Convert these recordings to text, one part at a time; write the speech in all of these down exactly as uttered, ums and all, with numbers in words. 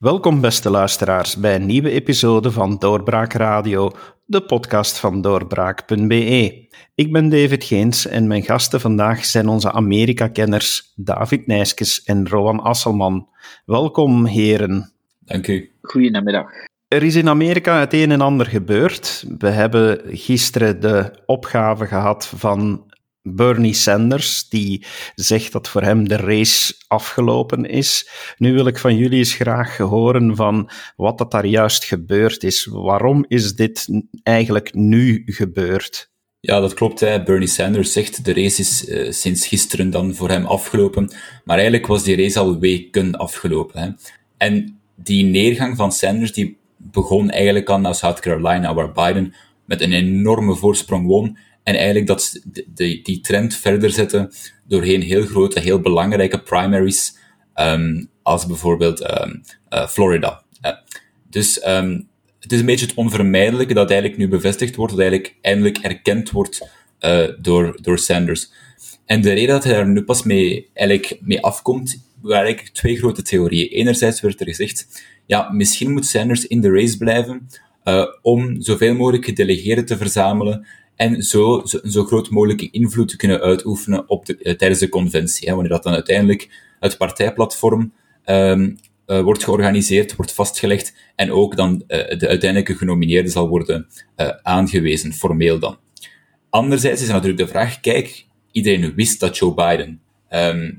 Welkom beste luisteraars bij een nieuwe episode van Doorbraak Radio, de podcast van doorbraak punt b e. Ik ben David Geens en mijn gasten vandaag zijn onze Amerika-kenners David Nijskes en Rowan Asselman. Welkom heren. Dank u. Goedemiddag. Er is in Amerika het een en ander gebeurd. We hebben gisteren de opgave gehad van Bernie Sanders, die zegt dat voor hem de race afgelopen is. Nu wil ik van jullie eens graag horen van wat dat daar juist gebeurd is. Waarom is dit eigenlijk nu gebeurd? Ja, dat klopt. Hè. Bernie Sanders zegt de race is uh, sinds gisteren dan voor hem afgelopen. Maar eigenlijk was die race al weken afgelopen. Hè. En die neergang van Sanders die begon eigenlijk al naar South Carolina, waar Biden met een enorme voorsprong won. En eigenlijk dat de, de, die trend verder zetten doorheen heel grote, heel belangrijke primaries, um, als bijvoorbeeld um, uh, Florida. Uh, dus um, het is een beetje het onvermijdelijke dat eigenlijk nu bevestigd wordt, dat eigenlijk eindelijk erkend wordt uh, door, door Sanders. En de reden dat hij daar nu pas mee, eigenlijk mee afkomt, waren eigenlijk twee grote theorieën. Enerzijds werd er gezegd, ja, misschien moet Sanders in de race blijven uh, om zoveel mogelijk gedelegeerden te verzamelen en zo, zo, zo groot mogelijke invloed te kunnen uitoefenen op de, uh, tijdens de conventie. Hè, wanneer dat dan uiteindelijk het partijplatform um, uh, wordt georganiseerd, wordt vastgelegd en ook dan uh, de uiteindelijke genomineerde zal worden uh, aangewezen, formeel dan. Anderzijds is er natuurlijk de vraag, kijk, iedereen wist dat Joe Biden um,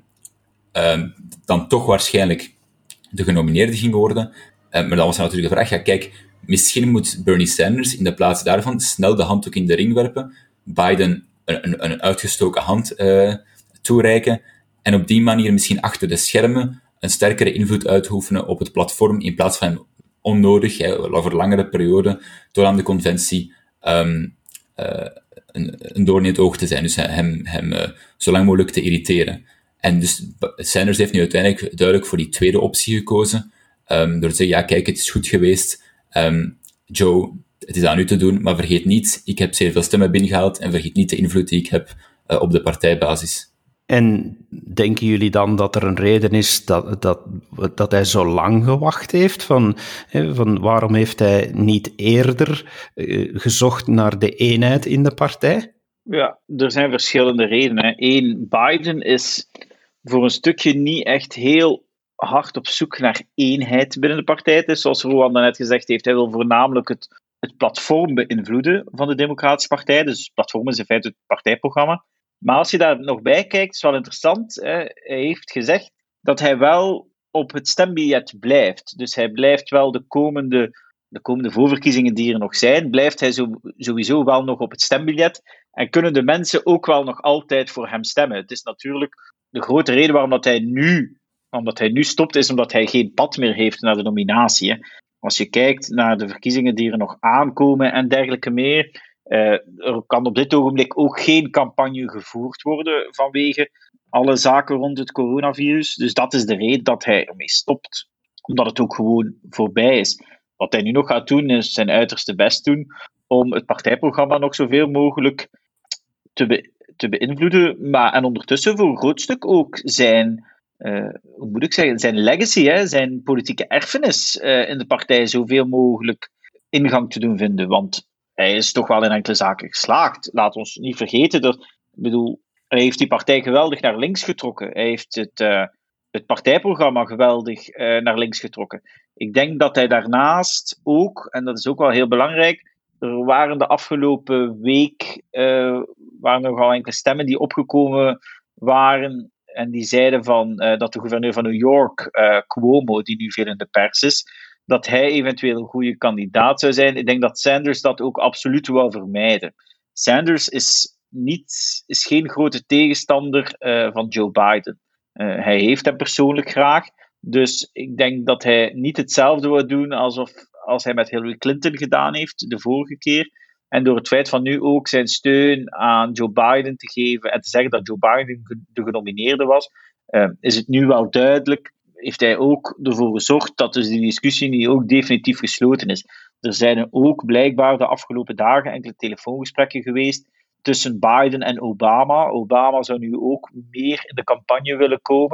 um, dan toch waarschijnlijk de genomineerde ging worden, uh, maar dan was er natuurlijk de vraag, ja kijk, misschien moet Bernie Sanders in de plaats daarvan snel de handdoek in de ring werpen, Biden een, een, een uitgestoken hand uh, toereiken en op die manier misschien achter de schermen een sterkere invloed uitoefenen op het platform in plaats van hem onnodig, hè, over langere periode, tot aan de conventie um, uh, een, een doorn in het oog te zijn, dus hem, hem uh, zo lang mogelijk te irriteren. En dus Sanders heeft nu uiteindelijk duidelijk voor die tweede optie gekozen, um, door te zeggen, ja kijk, het is goed geweest, Um, Joe, het is aan u te doen, maar vergeet niet, ik heb zeer veel stemmen binnengehaald en vergeet niet de invloed die ik heb uh, op de partijbasis. En denken jullie dan dat er een reden is dat, dat, dat hij zo lang gewacht heeft? Van, hè, van waarom heeft hij niet eerder uh, gezocht naar de eenheid in de partij? Ja, er zijn verschillende redenen. Eén, Biden is voor een stukje niet echt heel hard op zoek naar eenheid binnen de partij. Het is, zoals Rowan net gezegd heeft, hij wil voornamelijk het, het platform beïnvloeden van de Democratische Partij. Dus het platform is in feite het partijprogramma. Maar als je daar nog bij kijkt, is wel interessant. Hè? Hij heeft gezegd dat hij wel op het stembiljet blijft. Dus hij blijft wel de komende, de komende voorverkiezingen die er nog zijn, blijft hij zo, sowieso wel nog op het stembiljet. En kunnen de mensen ook wel nog altijd voor hem stemmen. Het is natuurlijk de grote reden waarom dat hij nu omdat hij nu stopt, is omdat hij geen pad meer heeft naar de nominatie. Hè. Als je kijkt naar de verkiezingen die er nog aankomen en dergelijke meer, uh, er kan op dit ogenblik ook geen campagne gevoerd worden vanwege alle zaken rond het coronavirus. Dus dat is de reden dat hij ermee stopt. Omdat het ook gewoon voorbij is. Wat hij nu nog gaat doen, is zijn uiterste best doen om het partijprogramma nog zoveel mogelijk te, be- te beïnvloeden. Maar, en ondertussen voor een groot stuk ook zijn... Uh, hoe moet ik zeggen, zijn legacy, hè, zijn politieke erfenis uh, in de partij zoveel mogelijk ingang te doen vinden. Want hij is toch wel in enkele zaken geslaagd. Laat ons niet vergeten dat, ik bedoel, hij heeft die partij geweldig naar links getrokken. Hij heeft het, uh, het partijprogramma geweldig uh, naar links getrokken. Ik denk dat hij daarnaast ook, en dat is ook wel heel belangrijk, er waren de afgelopen week uh, waren nogal enkele stemmen die opgekomen waren. En die zeiden van, uh, dat de gouverneur van New York, uh, Cuomo, die nu veel in de pers is, dat hij eventueel een goede kandidaat zou zijn. Ik denk dat Sanders dat ook absoluut wil vermijden. Sanders is, niet, is geen grote tegenstander uh, van Joe Biden. Uh, hij heeft hem persoonlijk graag. Dus ik denk dat hij niet hetzelfde wil doen alsof, als hij met Hillary Clinton gedaan heeft de vorige keer. En door het feit van nu ook zijn steun aan Joe Biden te geven en te zeggen dat Joe Biden de genomineerde was, uh, is het nu wel duidelijk, heeft hij ook ervoor gezorgd dat dus die discussie nu ook definitief gesloten is. Er zijn ook blijkbaar de afgelopen dagen enkele telefoongesprekken geweest tussen Biden en Obama. Obama zou nu ook meer in de campagne willen komen.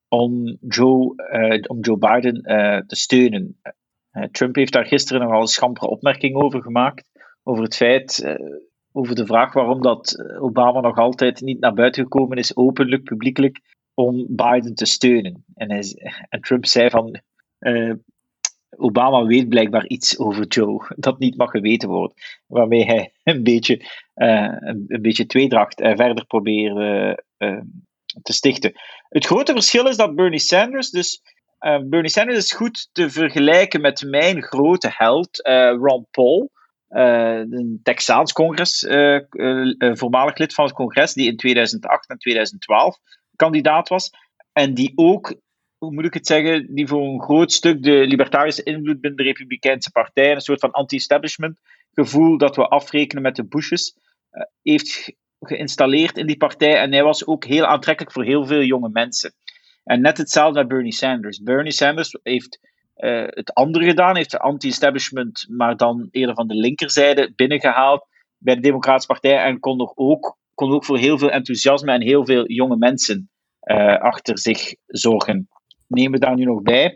om Joe, uh, om Joe Biden uh, te steunen. Uh, Trump heeft daar gisteren nogal een schampere opmerking over gemaakt, over het feit, uh, over de vraag waarom dat Obama nog altijd niet naar buiten gekomen is, openlijk, publiekelijk, om Biden te steunen. En, hij, en Trump zei van, uh, Obama weet blijkbaar iets over Joe, dat niet mag geweten worden. Waarmee hij een beetje, uh, een, een beetje tweedracht uh, verder probeerde uh, te stichten. Het grote verschil is dat Bernie Sanders, dus uh, Bernie Sanders is goed te vergelijken met mijn grote held, uh, Ron Paul, uh, een Texaans congres, uh, uh, uh, voormalig lid van het congres, die in tweeduizend acht en tweeduizend twaalf kandidaat was, en die ook, hoe moet ik het zeggen, die voor een groot stuk de libertarische invloed binnen de Republikeinse Partij, een soort van anti-establishment gevoel dat we afrekenen met de Bushes, uh, heeft geïnstalleerd in die partij. En hij was ook heel aantrekkelijk voor heel veel jonge mensen. En net hetzelfde met Bernie Sanders. Bernie Sanders heeft uh, het andere gedaan, heeft de anti-establishment, maar dan eerder van de linkerzijde binnengehaald bij de Democratische Partij en kon er ook, kon ook voor heel veel enthousiasme en heel veel jonge mensen uh, achter zich zorgen. Neem we daar nu nog bij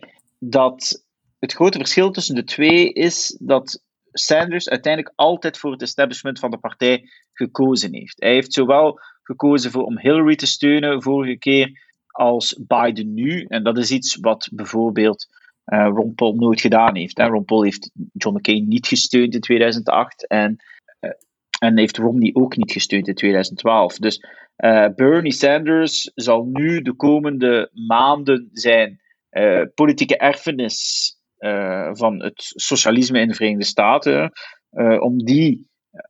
dat het grote verschil tussen de twee is dat Sanders uiteindelijk altijd voor het establishment van de partij gekozen heeft. Hij heeft zowel gekozen voor om Hillary te steunen vorige keer als Biden nu. En dat is iets wat bijvoorbeeld uh, Ron Paul nooit gedaan heeft. Hè. Ron Paul heeft John McCain niet gesteund in tweeduizend acht en, uh, en heeft Romney ook niet gesteund in tweeduizend twaalf. Dus uh, Bernie Sanders zal nu de komende maanden zijn uh, politieke erfenis Uh, van het socialisme in de Verenigde Staten, uh, om die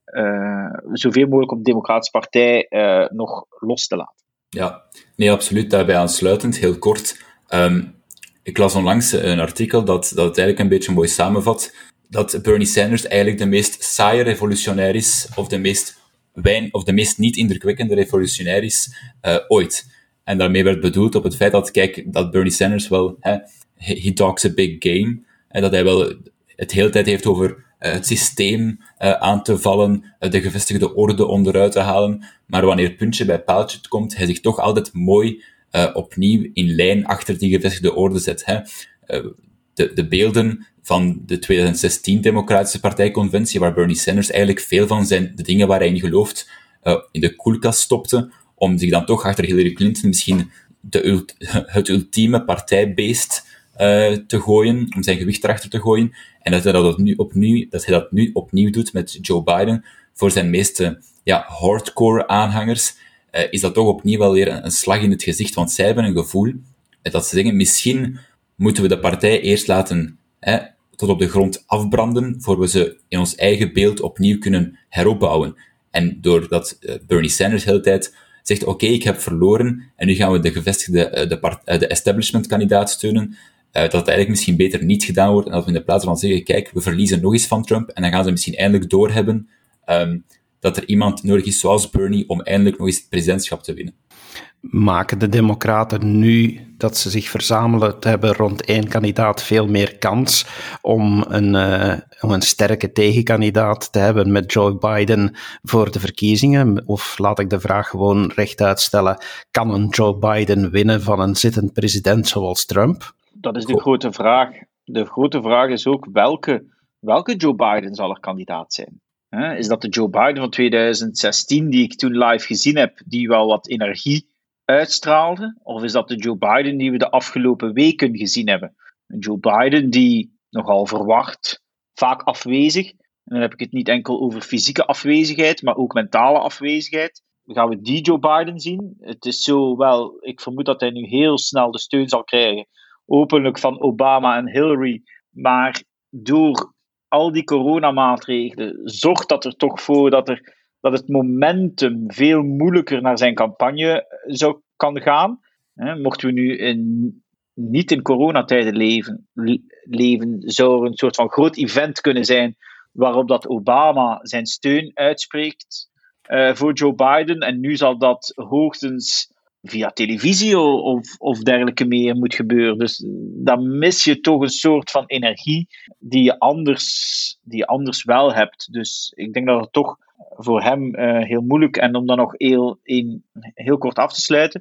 uh, zoveel mogelijk op de Democratische Partij uh, nog los te laten. Ja, nee, absoluut. Daarbij aansluitend, heel kort. Um, ik las onlangs een artikel dat, dat het eigenlijk een beetje mooi samenvat, dat Bernie Sanders eigenlijk de meest saaie revolutionair is, of de meest, wijn, of de meest niet indrukwekkende revolutionair is uh, ooit. En daarmee werd bedoeld op het feit dat, kijk, dat Bernie Sanders wel... Hè, he talks a big game, en dat hij wel het hele tijd heeft over uh, het systeem uh, aan te vallen, uh, de gevestigde orde onderuit te halen, maar wanneer puntje bij paaltje komt, hij zich toch altijd mooi uh, opnieuw in lijn achter die gevestigde orde zet. Hè. Uh, de, de beelden van de tweeduizend zestien Democratische Partijconventie, waar Bernie Sanders eigenlijk veel van zijn, de dingen waar hij in gelooft, uh, in de koelkast stopte, om zich dan toch achter Hillary Clinton misschien de ult- het ultieme partijbeest Uh, te gooien, om zijn gewicht erachter te gooien, en dat hij dat, nu opnieuw, dat hij dat nu opnieuw doet met Joe Biden, voor zijn meeste ja, hardcore aanhangers, uh, is dat toch opnieuw wel weer een, een slag in het gezicht, want zij hebben een gevoel dat ze zeggen, misschien moeten we de partij eerst laten hè, tot op de grond afbranden, voor we ze in ons eigen beeld opnieuw kunnen heropbouwen. En doordat uh, Bernie Sanders de hele tijd zegt, oké, okay, ik heb verloren, en nu gaan we de gevestigde, uh, de, part- uh, de establishment-kandidaat steunen, Uh, dat het eigenlijk misschien beter niet gedaan wordt, en dat we in de plaats van zeggen, kijk, we verliezen nog eens van Trump, en dan gaan ze misschien eindelijk doorhebben um, dat er iemand nodig is zoals Bernie om eindelijk nog eens het presidentschap te winnen. Maken de democraten nu dat ze zich verzamelen te hebben rond één kandidaat veel meer kans om een, uh, om een sterke tegenkandidaat te hebben met Joe Biden voor de verkiezingen? Of laat ik de vraag gewoon rechtuit stellen, kan een Joe Biden winnen van een zittend president zoals Trump? Dat is de grote vraag. De grote vraag is ook, welke, welke Joe Biden zal er kandidaat zijn? He, is dat de Joe Biden van tweeduizend zestien, die ik toen live gezien heb, die wel wat energie uitstraalde? Of is dat de Joe Biden die we de afgelopen weken gezien hebben? Een Joe Biden die nogal verward, vaak afwezig. En dan heb ik het niet enkel over fysieke afwezigheid, maar ook mentale afwezigheid. Gaan we die Joe Biden zien? Het is zo wel, ik vermoed dat hij nu heel snel de steun zal krijgen, openlijk, van Obama en Hillary, maar door al die coronamaatregelen zorgt dat er toch voor dat, er, dat het momentum veel moeilijker naar zijn campagne zou kan gaan. He, mochten we nu in, niet in coronatijden leven, leven, zou er een soort van groot event kunnen zijn waarop dat Obama zijn steun uitspreekt uh, voor Joe Biden, en nu zal dat hoogstens via televisie of, of dergelijke meer moet gebeuren. Dus dan mis je toch een soort van energie die je anders, die je anders wel hebt. Dus ik denk dat het toch voor hem uh, heel moeilijk, en om dan nog heel, een, heel kort af te sluiten,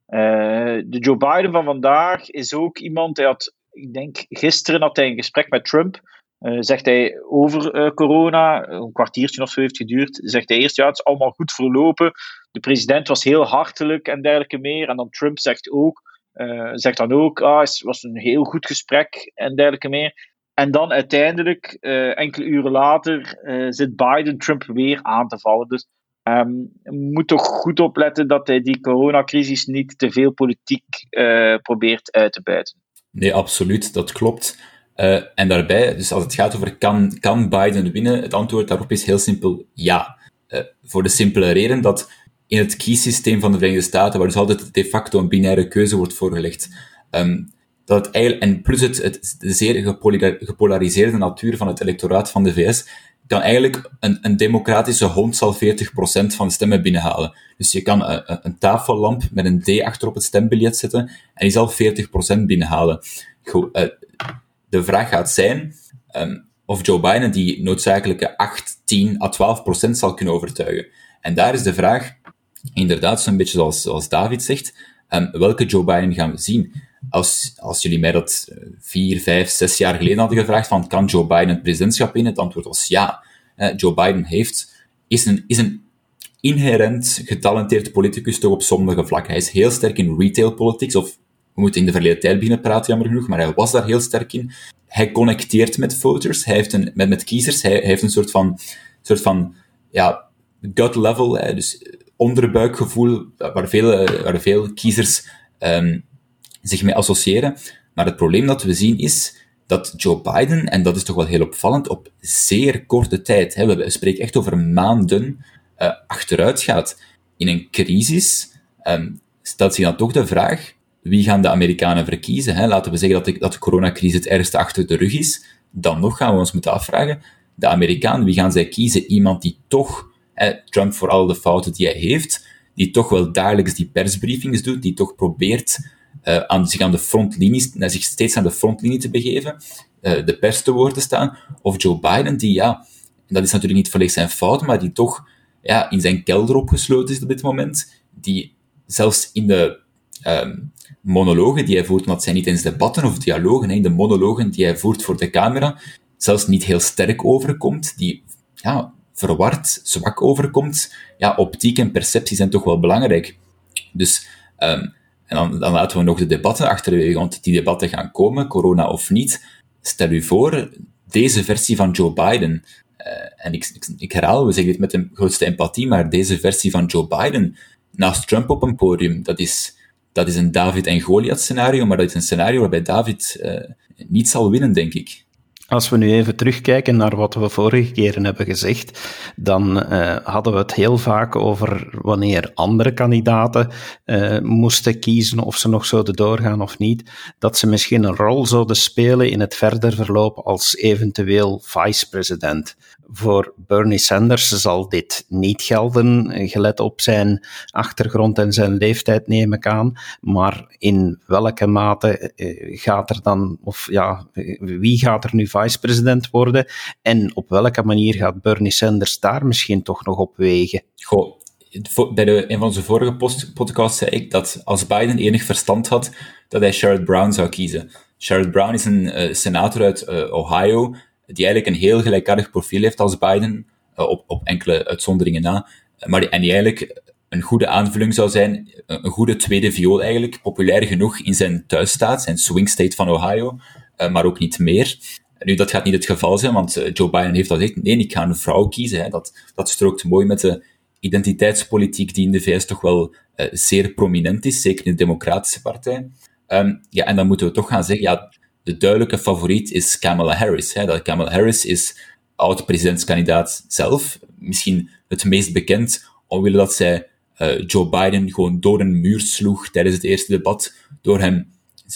Uh, de Joe Biden van vandaag is ook iemand, hij had, ik denk gisteren had hij een gesprek met Trump, uh, zegt hij over uh, corona, een kwartiertje of zo heeft geduurd, zegt hij eerst, ja, het is allemaal goed verlopen, de president was heel hartelijk en dergelijke meer, en dan Trump zegt ook, uh, zegt dan ook, ah, het was een heel goed gesprek en dergelijke meer. En dan uiteindelijk, uh, enkele uren later, uh, zit Biden Trump weer aan te vallen. Dus um, je moet toch goed opletten dat hij die coronacrisis niet te veel politiek uh, probeert uit te buiten. Nee, absoluut, dat klopt. Uh, en daarbij, dus als het gaat over kan, kan Biden winnen, het antwoord daarop is heel simpel ja. Uh, voor de simpele reden dat in het kiesysteem van de Verenigde Staten, waar dus altijd de facto een binaire keuze wordt voorgelegd, um, dat het eigenlijk, en plus het, het de zeer gepolariseerde natuur van het electoraat van de V S, kan eigenlijk een, een democratische hond al veertig procent van de stemmen binnenhalen. Dus je kan een, een tafellamp met een D achter op het stembiljet zetten en die zal veertig procent binnenhalen. Goed, uh, de vraag gaat zijn um, of Joe Biden die noodzakelijke acht, tien à twaalf procent zal kunnen overtuigen. En daar is de vraag, inderdaad, zo'n beetje zoals, zoals David zegt, um, welke Joe Biden gaan we zien? Als, als jullie mij dat vier, vijf, zes jaar geleden hadden gevraagd van kan Joe Biden het presidentschap in? Het antwoord was ja. Eh, Joe Biden heeft, is, een, is een inherent getalenteerd politicus toch op sommige vlakken. Hij is heel sterk in retail politics, of we moeten in de verleden tijd beginnen praten, jammer genoeg, maar hij was daar heel sterk in. Hij connecteert met voters, hij heeft een, met, met kiezers, hij, hij heeft een soort van, soort van ja, gut level, hè, dus onderbuikgevoel, waar veel, waar veel kiezers um, zich mee associëren. Maar het probleem dat we zien is dat Joe Biden, en dat is toch wel heel opvallend, op zeer korte tijd, hè, we spreken echt over maanden, uh, achteruit gaat. In een crisis um, stelt zich dan toch de vraag, wie gaan de Amerikanen verkiezen? Hè? Laten we zeggen dat de, dat de coronacrisis het ergste achter de rug is. Dan nog gaan we ons moeten afvragen, de Amerikanen, wie gaan zij kiezen? Iemand die toch, hè, Trump voor al de fouten die hij heeft, die toch wel dagelijks die persbriefings doet, die toch probeert Uh, aan, zich aan de frontlinie, zich steeds aan de frontlinie te begeven, uh, de pers te woord te staan, of Joe Biden, die, ja, dat is natuurlijk niet volledig zijn fout, maar die toch ja, in zijn kelder opgesloten is op dit moment, die zelfs in de um, monologen die hij voert, want het zijn niet eens debatten of dialogen, hè, in de monologen die hij voert voor de camera, zelfs niet heel sterk overkomt, die ja, verward, zwak overkomt. Ja, optiek en perceptie zijn toch wel belangrijk. Dus um, En dan, dan laten we nog de debatten achterwege, want die debatten gaan komen, corona of niet. Stel u voor, deze versie van Joe Biden, uh, en ik, ik, ik herhaal, we zeggen dit met de grootste empathie, maar deze versie van Joe Biden, naast Trump op een podium, dat is, dat is een David en Goliath scenario, maar dat is een scenario waarbij David uh, niet zal winnen, denk ik. Als we nu even terugkijken naar wat we vorige keren hebben gezegd, dan uh, hadden we het heel vaak over wanneer andere kandidaten uh, moesten kiezen of ze nog zouden doorgaan of niet, dat ze misschien een rol zouden spelen in het verder verloop als eventueel vice-president. Voor Bernie Sanders zal dit niet gelden, gelet op zijn achtergrond en zijn leeftijd neem ik aan, maar in welke mate uh, gaat er dan, of ja, wie gaat er nu vice-president worden en op welke manier gaat Bernie Sanders daar misschien toch nog op wegen? Goh, bij de, een van onze vorige post, podcasts zei ik dat als Biden enig verstand had, dat hij Sherrod Brown zou kiezen. Sherrod Brown is een uh, senator uit uh, Ohio, die eigenlijk een heel gelijkaardig profiel heeft als Biden, uh, op, op enkele uitzonderingen na, maar die, en die eigenlijk een goede aanvulling zou zijn, een goede tweede viool eigenlijk, populair genoeg in zijn thuisstaat, zijn swing state van Ohio, uh, maar ook niet meer. Nu, dat gaat niet het geval zijn, want uh, Joe Biden heeft al gezegd, nee, ik ga een vrouw kiezen. Hè. Dat, dat strookt mooi met de identiteitspolitiek die in de V S toch wel uh, zeer prominent is, zeker in de Democratische Partij. Um, ja, en dan moeten we toch gaan zeggen, ja, de duidelijke favoriet is Kamala Harris. Hè. Dat Kamala Harris is oud-presidentskandidaat zelf, misschien het meest bekend, omwille dat zij uh, Joe Biden gewoon door een muur sloeg tijdens het eerste debat, door hem...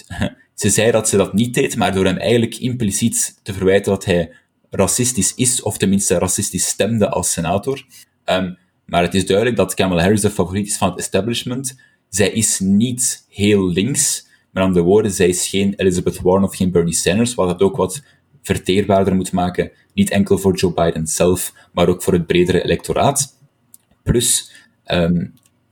Ze zei dat ze dat niet deed, maar door hem eigenlijk impliciet te verwijten dat hij racistisch is, of tenminste racistisch stemde als senator. Um, maar het is duidelijk dat Kamala Harris de favoriet is van het establishment. Zij is niet heel links, met andere woorden, zij is geen Elizabeth Warren of geen Bernie Sanders, wat het ook wat verteerbaarder moet maken, niet enkel voor Joe Biden zelf, maar ook voor het bredere electoraat. Plus, um,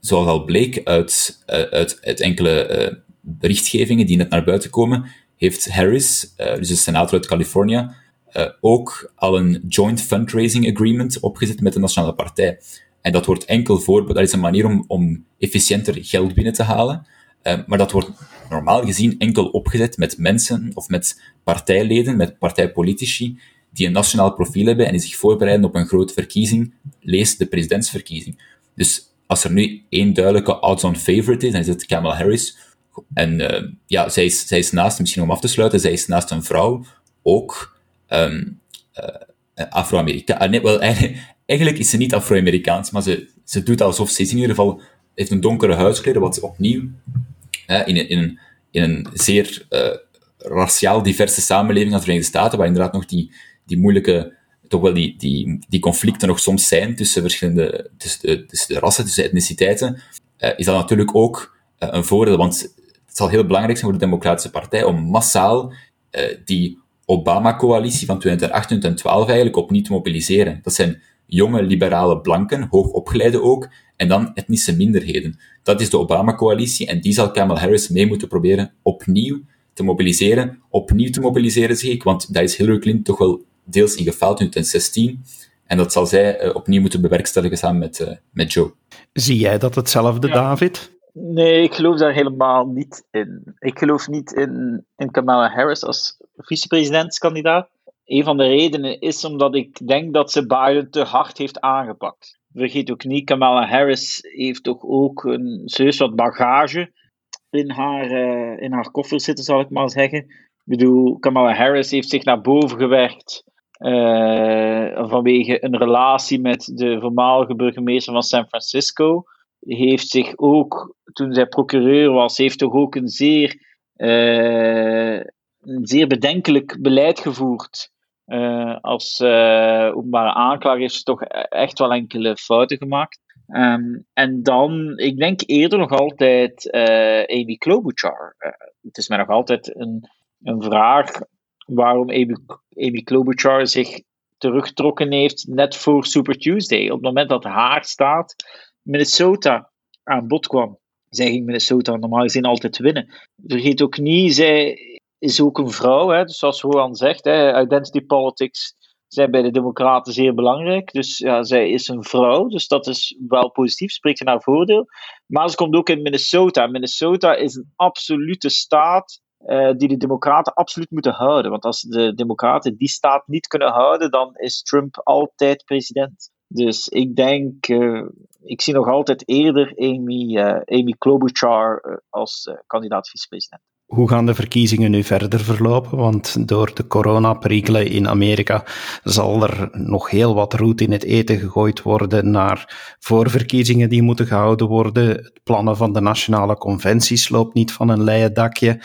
zoals al bleek uit, uh, uit, uit enkele uh, berichtgevingen die net naar buiten komen, heeft Harris, uh, dus de senator uit Californië, uh, ook al een joint fundraising agreement opgezet met de Nationale Partij. En dat wordt enkel voor, dat is een manier om, om efficiënter geld binnen te halen, uh, maar dat wordt normaal gezien enkel opgezet met mensen of met partijleden, met partijpolitici, die een nationaal profiel hebben en die zich voorbereiden op een grote verkiezing, lees de presidentsverkiezing. Dus als er nu één duidelijke odds-on favorite is, dan is het Kamala Harris. En uh, ja, zij is, zij is naast, misschien om af te sluiten, zij is naast een vrouw ook um, uh, Afro-Amerikaans. Uh, nee, well, eigenlijk, eigenlijk is ze niet Afro-Amerikaans, maar ze, ze doet alsof ze is in ieder geval, heeft een donkere huidskleur, wat opnieuw uh, in, in, een, in een zeer uh, raciaal diverse samenleving als de Verenigde Staten, waar inderdaad nog die, die moeilijke, toch wel die, die, die conflicten nog soms zijn tussen verschillende, tussen de, tussen de rassen, tussen etniciteiten, uh, is dat natuurlijk ook uh, een voordeel, want het zal heel belangrijk zijn voor de Democratische Partij om massaal uh, die Obama-coalitie van twintig acht en twintig twaalf eigenlijk opnieuw te mobiliseren. Dat zijn jonge, liberale blanken, hoogopgeleide ook, en dan etnische minderheden. Dat is de Obama-coalitie, en die zal Kamala Harris mee moeten proberen opnieuw te mobiliseren. Opnieuw te mobiliseren, zeg ik, want daar is Hillary Clinton toch wel deels in gefaald in twintig zestien. En dat zal zij uh, opnieuw moeten bewerkstelligen samen met, uh, met Joe. Zie jij dat hetzelfde, ja. David? Nee, ik geloof daar helemaal niet in. Ik geloof niet in, in Kamala Harris als vicepresidentskandidaat. Een van de redenen is omdat ik denk dat ze Biden te hard heeft aangepakt. Vergeet ook niet, Kamala Harris heeft toch ook een serieus wat bagage in haar, uh, in haar koffer zitten, zal ik maar zeggen. Ik bedoel, Kamala Harris heeft zich naar boven gewerkt uh, vanwege een relatie met de voormalige burgemeester van San Francisco. Heeft zich ook, toen zij procureur was, heeft toch ook een zeer, uh, een zeer bedenkelijk beleid gevoerd. Uh, als uh, openbare aanklager heeft ze toch echt wel enkele fouten gemaakt. Um, en dan, ik denk eerder nog altijd uh, Amy Klobuchar. Uh, het is mij nog altijd een, een vraag waarom Amy, Amy Klobuchar zich teruggetrokken heeft net voor Super Tuesday. Op het moment dat haar staat Minnesota aan bod kwam. Zij ging Minnesota normaal gezien altijd winnen. Vergeet ook niet, zij is ook een vrouw. Hè, dus zoals Rowan zegt, hè, identity politics zijn bij de Democraten zeer belangrijk. Dus ja, zij is een vrouw, dus dat is wel positief, spreekt in haar voordeel. Maar ze komt ook in Minnesota. Minnesota is een absolute staat uh, die de Democraten absoluut moeten houden. Want als de Democraten die staat niet kunnen houden, dan is Trump altijd president. Dus ik denk, uh, ik zie nog altijd eerder Amy, uh, Amy Klobuchar uh, als uh, kandidaat vicepresident. Hoe gaan de verkiezingen nu verder verlopen? Want door de coronaperikelen in Amerika zal er nog heel wat roet in het eten gegooid worden naar voorverkiezingen die moeten gehouden worden. Het plannen van de nationale conventies loopt niet van een leien dakje.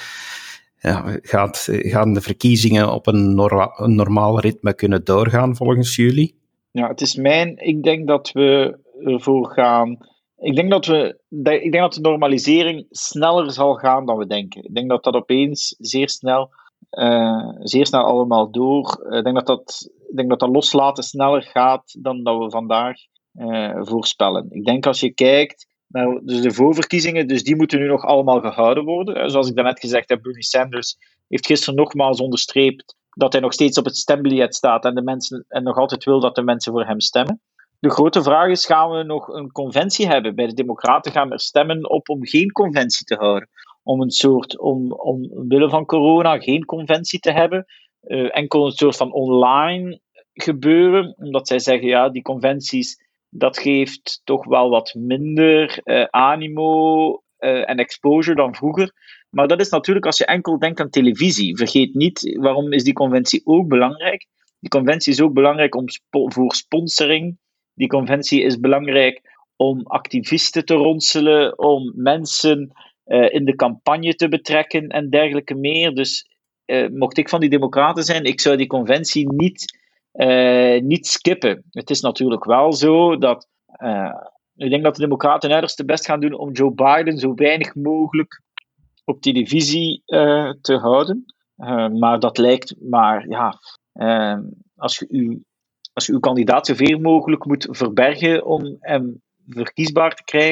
Ja, gaat, gaan de verkiezingen op een, norma- een normaal ritme kunnen doorgaan volgens jullie? Ja, het is mijn... Ik denk dat we ervoor gaan... Ik denk dat we, ik denk dat de normalisering sneller zal gaan dan we denken. Ik denk dat dat opeens zeer snel, uh, zeer snel allemaal door. Ik denk dat dat, ik denk dat dat loslaten sneller gaat dan dat we vandaag uh, voorspellen. Ik denk als je kijkt naar dus de voorverkiezingen, dus die moeten nu nog allemaal gehouden worden. Zoals ik daarnet gezegd heb, Bernie Sanders heeft gisteren nogmaals onderstreept dat hij nog steeds op het stembiljet staat en, de mensen, en nog altijd wil dat de mensen voor hem stemmen. De grote vraag is, gaan we nog een conventie hebben? Bij de Democraten gaan we er stemmen op om geen conventie te houden. Om een soort, om, om willen van corona geen conventie te hebben. Uh, enkel een soort van online gebeuren. Omdat zij zeggen, ja, die conventies, dat geeft toch wel wat minder uh, animo uh, en exposure dan vroeger. Maar dat is natuurlijk als je enkel denkt aan televisie. Vergeet niet, waarom is die conventie ook belangrijk? Die conventie is ook belangrijk om spo- voor sponsoring. Die conventie is belangrijk om activisten te ronselen, om mensen uh, in de campagne te betrekken en dergelijke meer. Dus uh, mocht ik van die democraten zijn, ik zou die conventie niet, uh, niet skippen. Het is natuurlijk wel zo dat... Uh, ik denk dat de democraten uiterste best gaan doen om Joe Biden zo weinig mogelijk op televisie uh, te houden. Uh, maar dat lijkt maar... ja, uh, als je u... Als je uw kandidaat zoveel mogelijk moet verbergen om hem verkiesbaar te krijgen,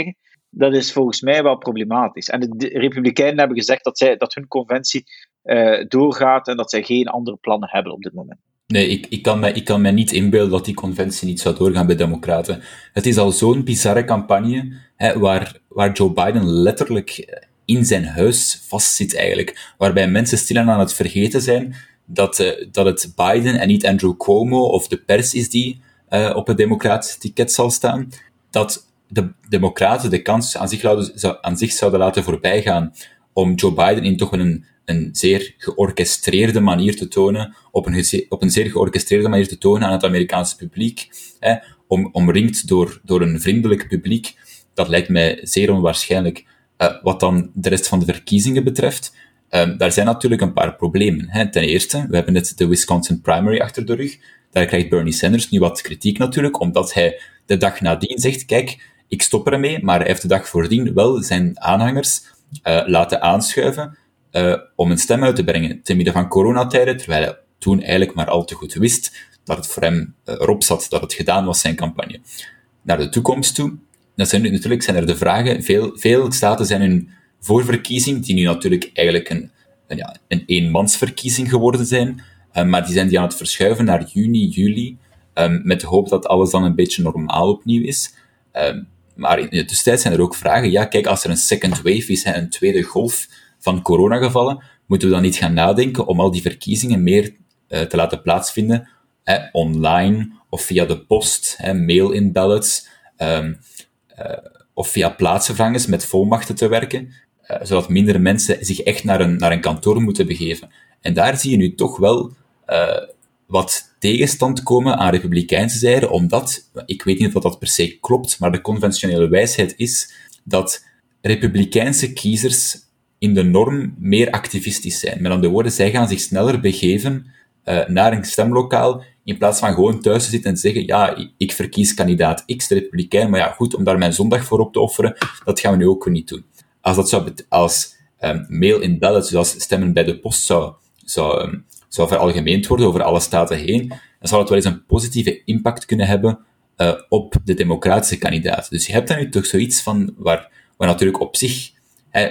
dat is volgens mij wel problematisch. En de, de Republikeinen hebben gezegd dat, zij, dat hun conventie uh, doorgaat en dat zij geen andere plannen hebben op dit moment. Nee, ik, ik, kan mij, ik kan mij niet inbeelden dat die conventie niet zou doorgaan bij Democraten. Het is al zo'n bizarre campagne, hè, waar, waar Joe Biden letterlijk in zijn huis vastzit eigenlijk. Waarbij mensen stilaan aan het vergeten zijn dat, uh, dat het Biden en niet Andrew Cuomo of de pers is die uh, op het democratische ticket zal staan. Dat de Democraten de kans aan zich, zouden, aan zich zouden laten voorbijgaan om Joe Biden in toch een een zeer georchestreerde manier te tonen, op een, op een zeer georchestreerde manier te tonen aan het Amerikaanse publiek, hè, om, omringd door, door een vriendelijk publiek, dat lijkt mij zeer onwaarschijnlijk. Uh, wat dan de rest van de verkiezingen betreft, uh, daar zijn natuurlijk een paar problemen. Hè. Ten eerste, we hebben net de Wisconsin primary achter de rug, daar krijgt Bernie Sanders nu wat kritiek natuurlijk, omdat hij de dag nadien zegt, kijk, ik stop ermee, maar hij heeft de dag voordien wel zijn aanhangers uh, laten aanschuiven, Uh, om een stem uit te brengen te midden van coronatijden, terwijl hij toen eigenlijk maar al te goed wist dat het voor hem uh, erop zat, dat het gedaan was, zijn campagne. Naar de toekomst toe, dat zijn, natuurlijk zijn er de vragen, veel, veel staten zijn hun voorverkiezing, die nu natuurlijk eigenlijk een, een, ja, een eenmansverkiezing geworden zijn, uh, maar die zijn die aan het verschuiven naar juni, juli, um, met de hoop dat alles dan een beetje normaal opnieuw is. Um, maar in de tussentijd zijn er ook vragen, ja, kijk, als er een second wave is, een tweede golf van coronagevallen, moeten we dan niet gaan nadenken om al die verkiezingen meer uh, te laten plaatsvinden, hè, online, of via de post, hè, mail-in ballots, um, uh, of via plaatsvervangers met volmachten te werken, uh, zodat minder mensen zich echt naar een, naar een kantoor moeten begeven. En daar zie je nu toch wel uh, wat tegenstand komen aan republikeinse zijde, omdat, ik weet niet of dat per se klopt, maar de conventionele wijsheid is dat republikeinse kiezers in de norm meer activistisch zijn. Met andere woorden, zij gaan zich sneller begeven uh, naar een stemlokaal, in plaats van gewoon thuis te zitten en te zeggen, ja, ik verkies kandidaat X, de Republikein, maar ja, goed, om daar mijn zondag voor op te offeren, dat gaan we nu ook niet doen. Als dat zou bet- als um, mail-in ballots, dus als stemmen bij de post zou, zou, um, zou veralgemeend worden over alle staten heen, dan zou het wel eens een positieve impact kunnen hebben uh, op de democratische kandidaat. Dus je hebt dan nu toch zoiets van, waar, waar natuurlijk op zich, hè,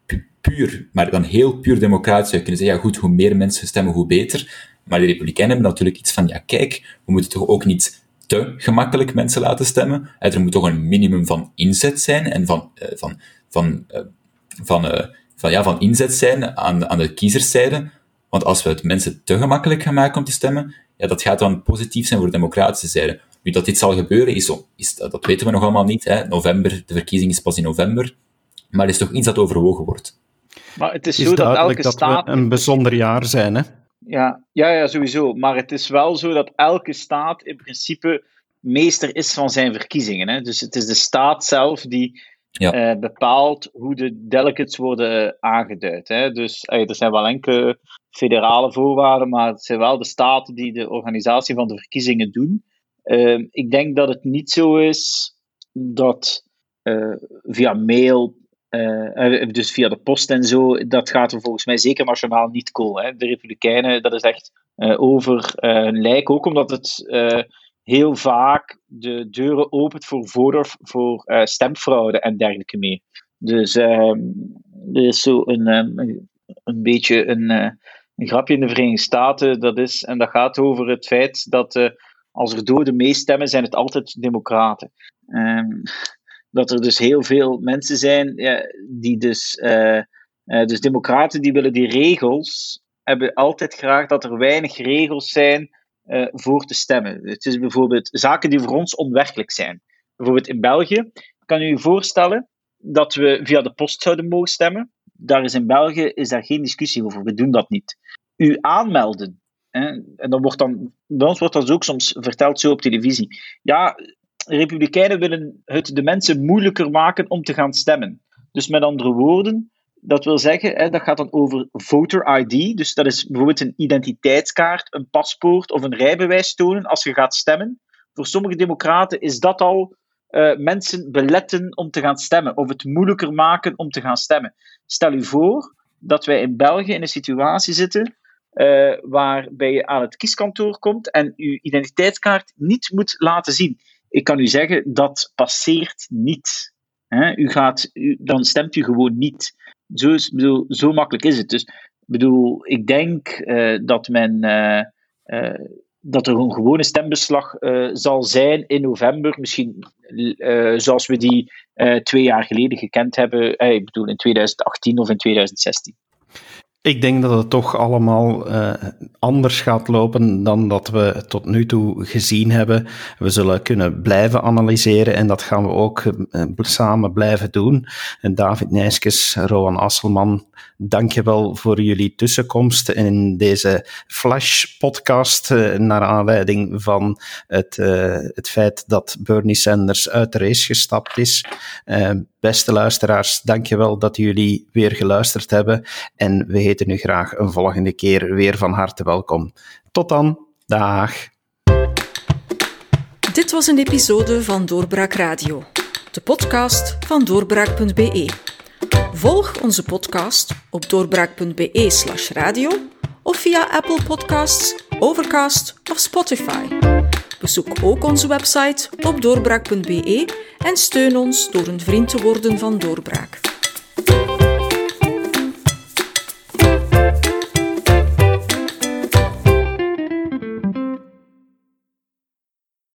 puur, maar dan heel puur democratisch zou kunnen zeggen, ja goed, hoe meer mensen stemmen, hoe beter. Maar de Republikeinen hebben natuurlijk iets van, ja kijk, we moeten toch ook niet te gemakkelijk mensen laten stemmen. Er moet toch een minimum van inzet zijn, en van, uh, van, van, uh, van, uh, van, ja, van inzet zijn aan, aan de kiezerszijde. Want als we het mensen te gemakkelijk gaan maken om te stemmen, ja, dat gaat dan positief zijn voor de democratische zijde. Nu, dat dit zal gebeuren, is, is, dat weten we nog allemaal niet. Hè. November, de verkiezing is pas in november. Maar het is toch iets dat overwogen wordt. Maar het is, Het zo is dat elke dat staat... we een bijzonder jaar zijn, hè? Ja, ja, ja, sowieso. Maar het is wel zo dat elke staat in principe meester is van zijn verkiezingen. Hè? Dus het is de staat zelf die ja. uh, bepaalt hoe de delegates worden uh, aangeduid. Hè? Dus uh, er zijn wel enkele federale voorwaarden, maar het zijn wel de staten die de organisatie van de verkiezingen doen. Uh, ik denk dat het niet zo is dat uh, via mail... Uh, dus via de post en zo, dat gaat er volgens mij zeker nationaal niet komen. Hè. De Republikeinen, dat is echt uh, over uh, hun lijk, ook omdat het uh, heel vaak de deuren opent voor, voter, voor uh, stemfraude en dergelijke mee. Dus uh, er is zo een, um, een beetje een, uh, een grapje in de Verenigde Staten, dat is, en dat gaat over het feit dat uh, als er doden meestemmen, zijn het altijd democraten. Um, Dat er dus heel veel mensen zijn ja, die dus... Uh, uh, dus democraten die willen die regels... hebben altijd graag dat er weinig regels zijn uh, voor te stemmen. Het is bijvoorbeeld zaken die voor ons onwerkelijk zijn. Bijvoorbeeld in België. Kan u je voorstellen dat we via de post zouden mogen stemmen? Daar is in België is daar geen discussie over. We doen dat niet. U aanmelden. Hè? En dan wordt dan... Bij ons wordt dat ook soms verteld zo op televisie. Ja... Republikeinen willen het de mensen moeilijker maken om te gaan stemmen. Dus met andere woorden, dat wil zeggen, hè, dat gaat dan over voter I D. Dus dat is bijvoorbeeld een identiteitskaart, een paspoort of een rijbewijs tonen als je gaat stemmen. Voor sommige democraten is dat al uh, mensen beletten om te gaan stemmen, of het moeilijker maken om te gaan stemmen. Stel u voor dat wij in België in een situatie zitten uh, waarbij je aan het kieskantoor komt en uw identiteitskaart niet moet laten zien. Ik kan u zeggen, dat passeert niet. Hè? U gaat, u, dan stemt u gewoon niet. Zo, is, bedoel, zo makkelijk is het. Dus bedoel, ik denk uh, dat men... Uh, uh, dat er een gewone stembeslag uh, zal zijn in november, misschien uh, zoals we die uh, twee jaar geleden gekend hebben, uh, ik bedoel in twintig achttien of in twintig zestien. Ik denk dat het toch allemaal uh, anders gaat lopen dan dat we tot nu toe gezien hebben. We zullen kunnen blijven analyseren en dat gaan we ook uh, samen blijven doen. En David Nijskes, Rowan Asselman, dank je wel voor jullie tussenkomst in deze Flash-podcast uh, naar aanleiding van het, uh, het feit dat Bernie Sanders uit de race gestapt is. Uh, beste luisteraars, dank je wel dat jullie weer geluisterd hebben en we heten u graag een volgende keer weer van harte welkom. Tot dan, dag. Dit was een episode van Doorbraak Radio, de podcast van doorbraak punt b e. Volg onze podcast op doorbraak punt b e slash radio of via Apple Podcasts, Overcast of Spotify. Bezoek ook onze website op doorbraak punt b e en steun ons door een vriend te worden van Doorbraak.